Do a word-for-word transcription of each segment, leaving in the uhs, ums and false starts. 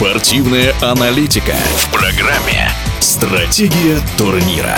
Спортивная аналитика в программе «Стратегия турнира».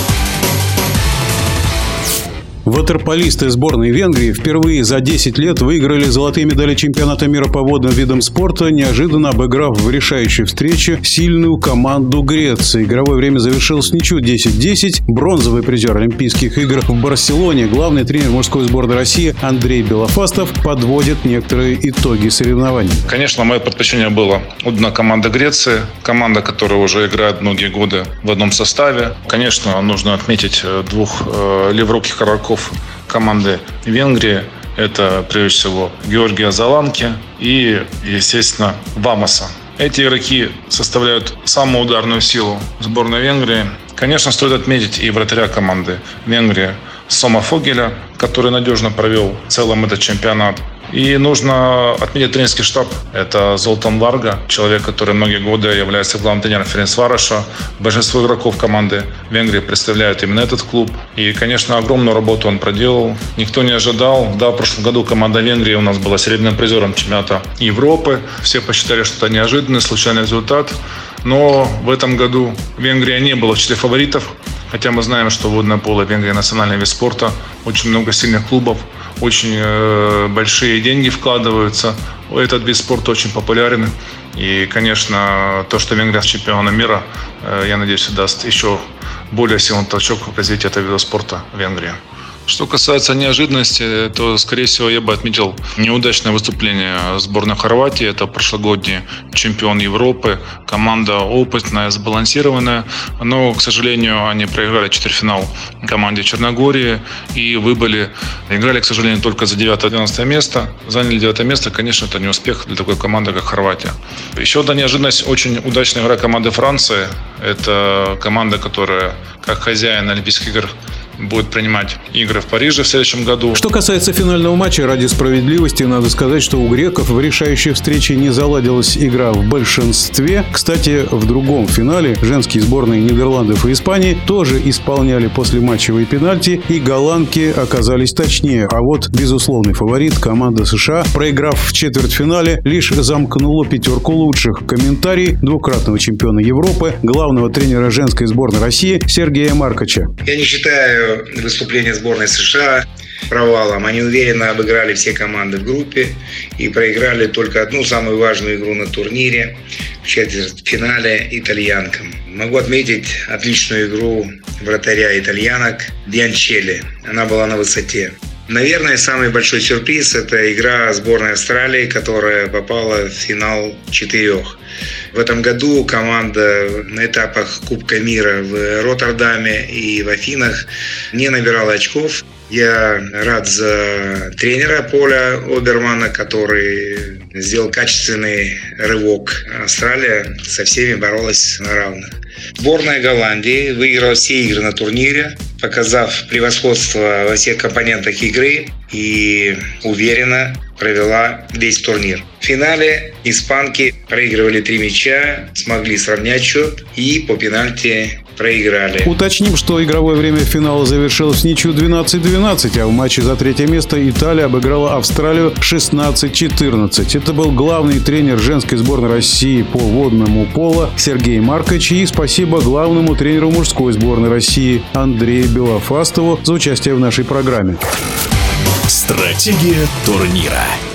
Ватерполисты сборной Венгрии впервые за десять лет выиграли золотые медали чемпионата мира по водным видам спорта, неожиданно обыграв в решающей встрече сильную команду Греции. Игровое время завершилось ничью десять десять. Бронзовый призер Олимпийских игр в Барселоне, главный тренер мужской сборной России Андрей Белофастов подводит некоторые итоги соревнований. Конечно, мое предпочтение было отдано команда Греции, команда, которая уже играет многие годы в одном составе. Конечно, нужно отметить двух э, левруких игроков команды Венгрии. Это, прежде всего, Георгия Заланки и, естественно, Вамоса. Эти игроки составляют самую ударную силу сборной Венгрии. Конечно, стоит отметить и вратаря команды Венгрии Сома Фогеля, который надежно провел в целом этот чемпионат. И нужно отметить тренерский штаб. Это Золтан Варга, человек, который многие годы является главным тренером Ференцвароша. Большинство игроков команды Венгрии представляют именно этот клуб. И, конечно, огромную работу он проделал. Никто не ожидал. Да, в прошлом году команда Венгрии у нас была серебряным призером чемпионата Европы. Все посчитали, что это неожиданный, случайный результат. Но в этом году Венгрия не была в числе фаворитов. Хотя мы знаем, что водное поло Венгрии национальный вид спорта. Очень много сильных клубов, очень э, большие деньги вкладываются. Этот вид спорта очень популярен. И, конечно, то, что Венгрия чемпионом мира, э, я надеюсь, даст еще более сильный толчок в развитии этого вида спорта в Венгрии. Что касается неожиданности, то, скорее всего, я бы отметил неудачное выступление сборной Хорватии. Это прошлогодний чемпион Европы. Команда опытная, сбалансированная. Но, к сожалению, они проиграли четвертьфинал команде Черногории и выбыли. Играли, к сожалению, только за девятое-одиннадцатое место. Заняли девятое место. Конечно, это не успех для такой команды, как Хорватия. Еще одна неожиданность. Очень удачная игра команды Франции. Это команда, которая, как хозяин Олимпийских игр, будет принимать игры в Париже в следующем году. Что касается финального матча, ради справедливости надо сказать, что у греков в решающей встрече не заладилась игра в большинстве. Кстати, в другом финале женские сборные Нидерландов и Испании тоже исполняли послематчевые пенальти, и голландки оказались точнее. А вот безусловный фаворит команда США, проиграв в четвертьфинале, лишь замкнула пятерку лучших. Комментарий двукратного чемпиона Европы, главного тренера женской сборной России Сергея Маркача. Я не считаю выступление сборной США провалом. Они уверенно обыграли все команды в группе и проиграли только одну самую важную игру на турнире в четвертьфинале итальянкам. Могу отметить отличную игру вратаря итальянок Бьянчелли. Она была на высоте. Наверное, самый большой сюрприз – это игра сборной Австралии, которая попала в финал четырех. В этом году команда на этапах Кубка мира в Роттердаме и в Афинах не набирала очков. Я рад за тренера Поля Обермана, который сделал качественный рывок. Австралия со всеми боролась на равных. Сборная Голландии выиграла все игры на турнире, показав превосходство во всех компонентах игры и уверенно провела весь турнир. В финале испанки проигрывали три мяча, смогли сравнять счет и по пенальти проиграли. Уточним, что игровое время финала завершилось в ничью двенадцать двенадцать, а в матче за третье место Италия обыграла Австралию шестнадцать четырнадцать. Это был главный тренер женской сборной России по водному поло Сергей Маркач, и спасибо главному тренеру мужской сборной России Андрею Белофастову за участие в нашей программе. Стратегия турнира.